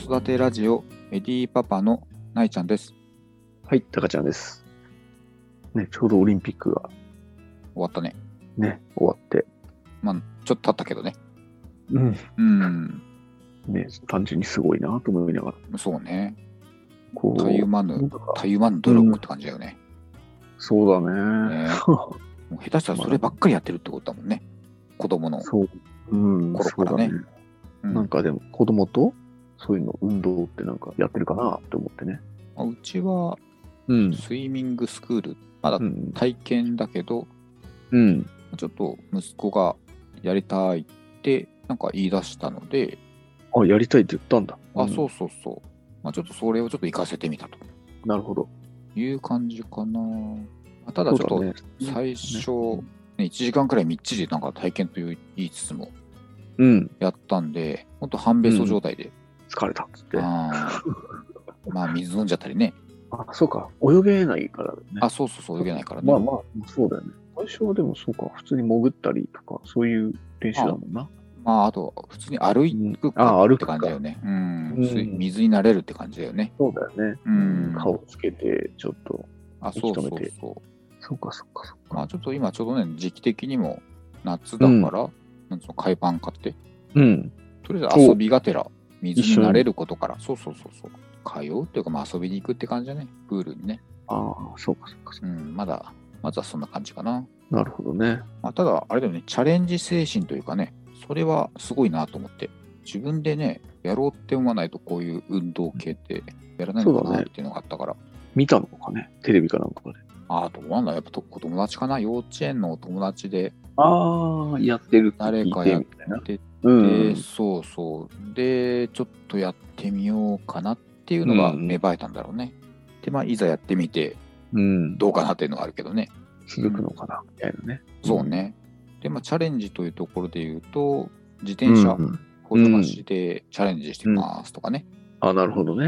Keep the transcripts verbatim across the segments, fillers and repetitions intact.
育てラジオメディパパのないちゃんです。 はい、たかちゃんです。ね、ちょうどオリンピックが終わったね。 ね、終わって。 まあ、ちょっと経ったけどね。 うん。 うん。 ね、単純にすごいなと思いながら。 そうね。 こう、 たゆまぬ、たゆまぬ努力って感じだよね。 うん、そうだね。 ねもう下手したらそればっかりやってるってことだもんね。子供のそう、うん、 頃からね。 ねうん、 なんかでも子供とそういうの運動ってなんかやってるかなって思ってね。 うちは、 うん、 スイミングスクール、まだ体験だけど、 うん、 ちょっと息子がやりたいってなんか言い出したので、 あ、やりたいって言ったんだ。 うん、あ、そうそうそう。まあ、ちょっとそれをちょっと活かせてみたと。 なるほど。 いう感じかな。ただちょっと最初、ね、いちじかんくらいみっちりなんか体験と言いつつもやったんで、ほんと半べそ状態で、 うん、疲れたっつって。 あまあ水飲んじゃったりね。 あ、そうか。泳げないからね。 あ、そうそうそう、泳げないからね。 まあまあ、そうだよね。最初はでもそうか、普通に潜ったりとか、そういう練習だもんな。 まあ、あと、普通に歩くかって感じだよね。うん。うん、水になれるって感じだよね。 そうだよね。うん。顔つけて、ちょっと、 あ、そうそうそう。 そうか、そうか、そうか。 まあ、ちょっと今、ちょうどね、時期的にも夏だから、うん、なんつうの、海パン買って、 うん。 とりあえず遊びがてら、水になれることから、そうそうそうそう。通うっていうか、まあ、遊びに行くって感じだね。プールにね。 ああ、そうか、そうか。 うん、まだ、まずはそんな感じかな。 なるほどね。 まあ、ただ、あれだよね、チャレンジ精神というかね、それはすごいなと思って、自分でね、やろうって思わないと、こういう運動系ってやらないのかなっていうのがあったから。ね、 見たのかね、テレビかなんかで。 ああ、どうなんだ、やっぱ子友達かな、幼稚園のお友達で。 ああ、やってるって誰かやってて、うん、そうそう。で、ちょっとやってみようかなっていうのが芽生えたんだろうね。うん、で、まあ、いざやってみて、うん、どうかなっていうのがあるけどね。 続くのかな、みたいなね。 そうね。で、まあ、チャレンジというところで言うと、自転車、補助なしでチャレンジしてますとかね。 うんうん、あ、なるほどね。 うん、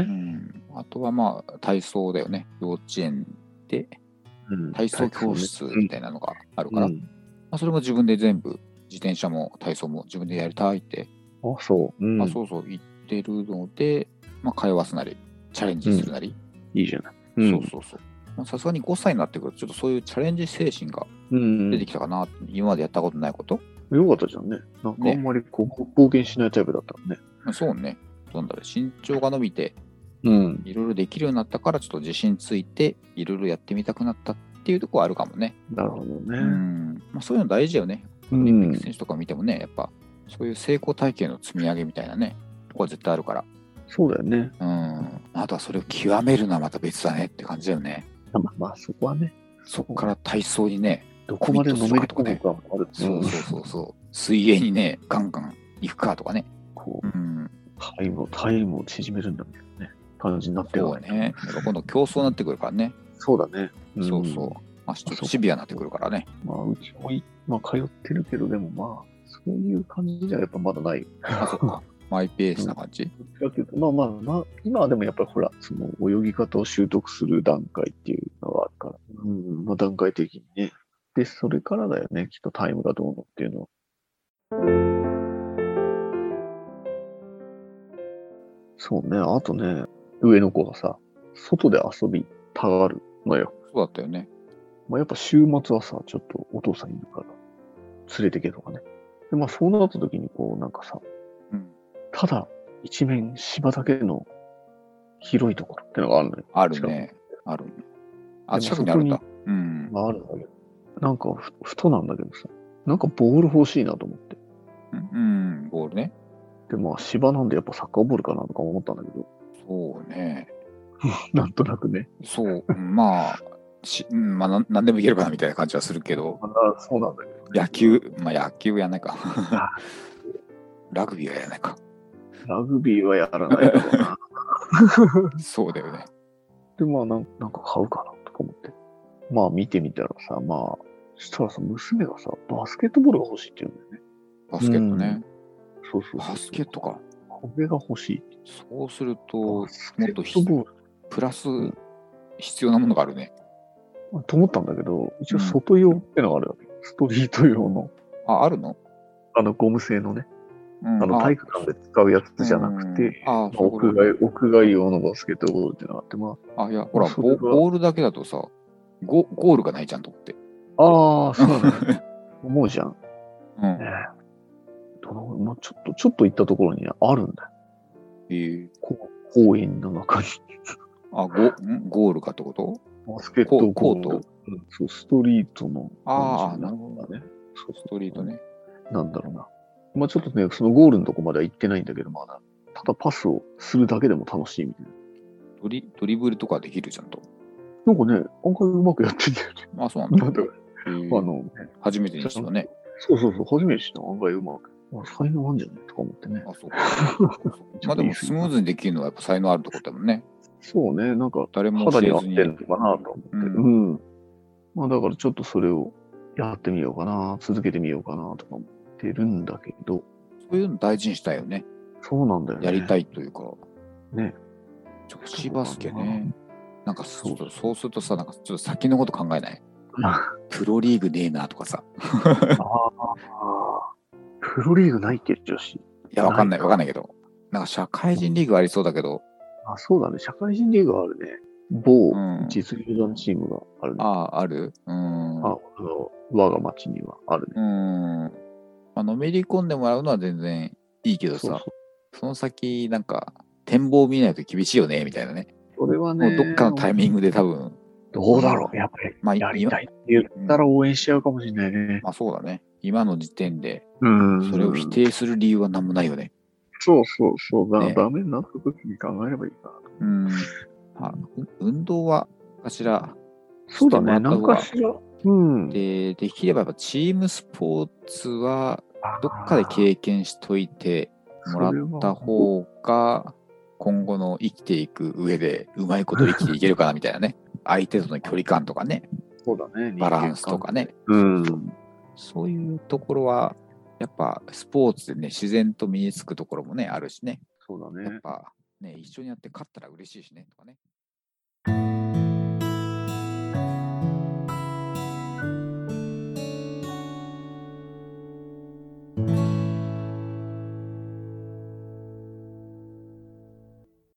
あとはまあ、体操だよね。幼稚園で体操教室みたいなのがあるから、うん、まあ、それも自分で全部、自転車も体操も自分でやりたいって、 あ、そう。 うん、あ、そうそう言ってるので、まあ、通わすなり、チャレンジするなり。 うん、いいじゃない。 うん、そうそうそう。さすがにごさいになってくると、ちょっとそういうチャレンジ精神が出てきたかな、うん、今までやったことないこと。 よかったじゃんね。なんかあんまりこう、ね、冒険しないタイプだったもんね。 そうね。なんだろう、身長が伸びて、うん、いろいろできるようになったから、ちょっと自信ついて、いろいろやってみたくなったっていうところはあるかもね。 なるほどね。 うんまあ、そういうの大事だよね。オリンピック選手とか見てもね、やっぱ、そういう成功体験の積み上げみたいなね、とこは絶対あるから。 そうだよね。 うん。あとはそれを極めるのはまた別だねって感じだよね。 まあまあ、そこはね。 そこから体操にね、 どこまで飲めるかとかね。 そうそうそうそう。水泳にね、ガンガン行くかとかね。 こう、うん、タイムを、タイムを縮めるんだみたいなね、感じになってるそうね。今度競争になってくるからね。 そうだね。 うん、そうそう。まあ、ちょっとシビアになってくるからね。 まあ、うちも、まあ、通ってるけど、でもまあ、そういう感じじゃやっぱまだない。 あ、そっか。マイペースな感じ、 うん、まあまあ、まあ、今はでもやっぱりほら、その泳ぎ方を習得する段階っていうのがあるから、うん、まあ段階的にね。で、それからだよね、きっとタイムがどうのっていうのは。そうね、あとね、上の子がさ、外で遊びたがるのよ。 そうだったよね。 まあやっぱ週末はさ、ちょっとお父さんいるから、連れてけとかね。で、まあそうなった時にこう、なんかさ、うん、ただ一面芝だけの広いところってのがあるのよ。 あるね。あるね。あ、近くにあるんだ。うん。 まああるんだけど。なんかふ、ふとなんだけどさ、なんかボール欲しいなと思って。 うん、うん、ボールね。 で、まあ芝なんでやっぱサッカーボールかなとか思ったんだけど。 そうね。 なんとなくね。 そう、まあ、しまあ、なんでもいけるかなみたいな感じはするけど。 あそうなんだけど、 ね。野球、まあ野球やんないか。ラグビーはやらないか。 ラグビーはやらないだろうな。 そうだよね。 で、まあなん、なんか買うかなとか思って。まあ見てみたらさ、まあ、そしたらさ、娘がさ、バスケットボールが欲しいって言うんだよね。 バスケットね。 うん、そうそうそう。 バスケットか。 これが欲しい。 そうすると、もっとプラス必要なものがあるね。 うん、と思ったんだけど、一応外用ってのがあるわけ。うん、ストリート用の。 あ、あるの？ あのゴム製のね。 うん、あの体育館で使うやつじゃなくて、 ああ屋外、屋外用のバスケットボールってのがあって、まあ、あ、いや、ほら、ボールだけだとさ、ゴ、ゴールがないじゃんと思って。 ああ、そうね。思うじゃん。 うん。ね、 どのまあ、ちょっと、ちょっと行ったところにあるんだよ。 えー、 公園の中に。 あ、ゴ、んゴールかってこと？ バスケットコート、うん、そう、ストリートのああ、なるほどね。 そうストリートね。 なんだろうな。まあちょっとね、そのゴールのとこまでは行ってないんだけど、まだ、ただパスをするだけでも楽しいみたいな。 ドリ、ドリブルとかできるじゃんと。 なんかね、案外うまくやってんだよね。 あ、そうなんだ。 なんだかあの、ね、 初めてにしたね。 そうそうそう、初めてした案外うまく。まあ、才能あるんじゃないとか思ってね。 あ、そうか。まあでもスムーズにできるのはやっぱ才能あるところだもんね。 そうね、なんか、 誰も肌に合ってるのかなと思って。うん。うん、まあだからちょっとそれをやってみようかな、続けてみようかなとか思ってるんだけど。 そういうの大事にしたいよね。 そうなんだよね。 やりたいというか。 ね。 女子バスケね。なんかそう、そうするとさ、なんかちょっと先のこと考えない？プロリーグねえなとかさ。 ああ。プロリーグないっけ、女子。いや、わかんない、わかんないけど。なんか社会人リーグありそうだけど。 あ、そうだね。社会人リーグあるね。某実業団チームがあるね。 うん、ああ、あるうん。 あ、あの、我が町にはあるね。 うん。まあのめり込んでもらうのは全然いいけどさ、そうそうその先、なんか、展望見ないと厳しいよね、みたいなね。 それはね。 もうどっかのタイミングで多分。 どうだろう、やっぱり。まあ、やりたいって言ったら応援しちゃうかもしれないね。 うん、まあそうだね。今の時点で、それを否定する理由は何もないよね。 そうそうそう。だ、ね、ダメになった時に考えればいいかなと。 うん。あ、運動は、かしら、 そうだね、何かしら。 うん。で、できればやっぱチームスポーツは、どっかで経験しといてもらった方が、今後の生きていく上でうまいこと生きていけるかなみたいなね。相手との距離感とかね。 そうだね。 バランスとかね。 うん。 そういうところは、やっぱスポーツでね、自然と身につくところもね、あるしね。 そうだね。 やっぱね、一緒にやって勝ったら嬉しいしね、とかね。